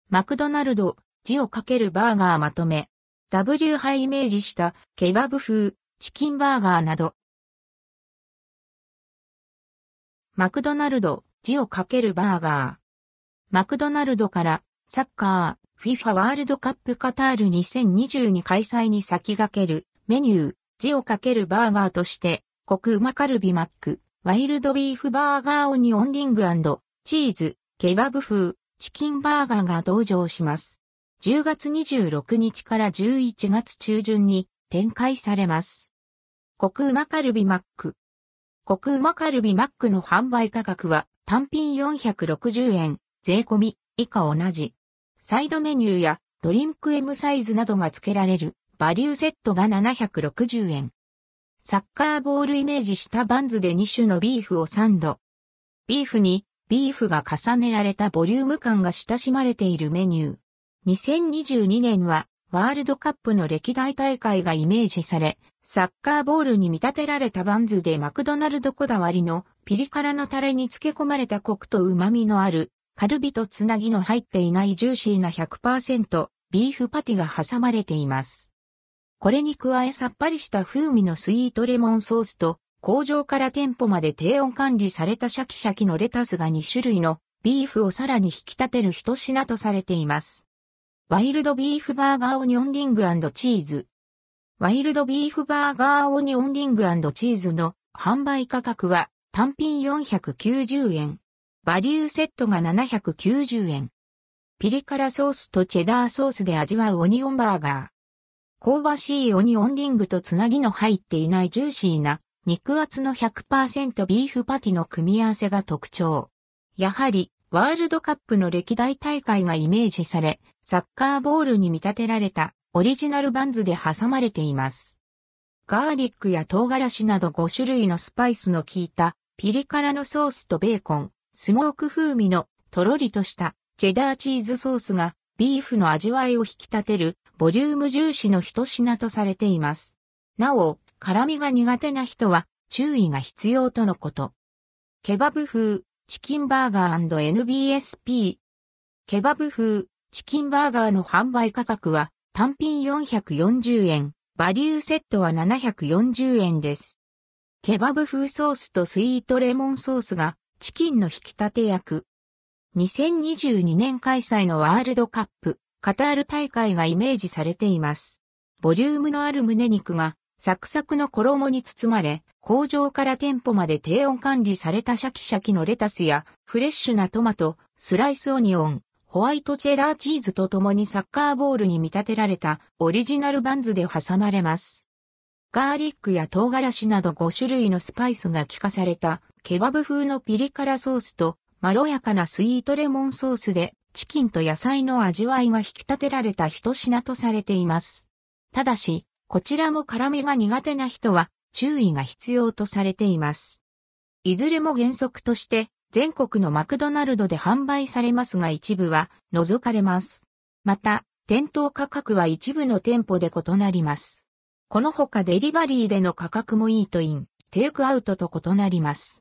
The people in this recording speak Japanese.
マクドナルド、字をかけるバーガーまとめ。W 派イメージしたケバブ風、チキンバーガーなど。マクドナルド、字をかけるバーガー。マクドナルドからサッカー、FIFA ワールドカップカタール2022開催に先駆けるメニュー、字をかけるバーガーとして、コクうまカルビマック、ワイルドビーフバーガーオニオンリング&チーズ、ケバブ風、チキンバーガーが登場します。10月26日から11月中旬に展開されます。コクうまカルビマック。コクうまカルビマックの販売価格は単品460円、税込み以下同じ。サイドメニューやドリンク M サイズなどが付けられるバリューセットが760円。サッカーボールイメージしたバンズで2種のビーフをサンド。ビーフにビーフが重ねられたボリューム感が親しまれているメニュー。2022年はワールドカップの歴代大会がイメージされ、サッカーボールに見立てられたバンズでマクドナルドこだわりのピリ辛のタレに漬け込まれたコクと旨味のあるカルビとつなぎの入っていないジューシーな 100% ビーフパティが挟まれています。これに加えさっぱりした風味のスイートレモンソースと工場から店舗まで低温管理されたシャキシャキのレタスが2種類のビーフをさらに引き立てる一品とされています。ワイルドビーフバーガーオニオンリング&チーズ。ワイルドビーフバーガーオニオンリング&チーズの販売価格は単品490円。バリューセットが790円。ピリ辛ソースとチェダーソースで味わうオニオンバーガー。香ばしいオニオンリングとつなぎの入っていないジューシーな肉厚の 100% ビーフパティの組み合わせが特徴。やはりワールドカップの歴代大会がイメージされ、サッカーボールに見立てられたオリジナルバンズで挟まれています。ガーリックや唐辛子など5種類のスパイスの効いたピリ辛のソースとベーコン、スモーク風味のとろりとしたチェダーチーズソースがビーフの味わいを引き立てるボリューム重視の一品とされています。なお、辛みが苦手な人は注意が必要とのこと。ケバブ風チキンバーガー &NBSP。ケバブ風チキンバーガーの販売価格は単品440円、バリューセットは740円です。ケバブ風ソースとスイートレモンソースがチキンの引き立て役。2022年開催のワールドカップ、カタール大会がイメージされています。ボリュームのある胸肉がサクサクの衣に包まれ、工場から店舗まで低温管理されたシャキシャキのレタスやフレッシュなトマト、スライスオニオン、ホワイトチェダーチーズとともにサッカーボールに見立てられたオリジナルバンズで挟まれます。ガーリックや唐辛子など5種類のスパイスが効かされたケバブ風のピリ辛ソースとまろやかなスイートレモンソースでチキンと野菜の味わいが引き立てられた一品とされています。ただし、こちらも辛みが苦手な人は注意が必要とされています。いずれも原則として全国のマクドナルドで販売されますが一部は除かれます。また、店頭価格は一部の店舗で異なります。このほかデリバリーでの価格もイートイン、テイクアウトと異なります。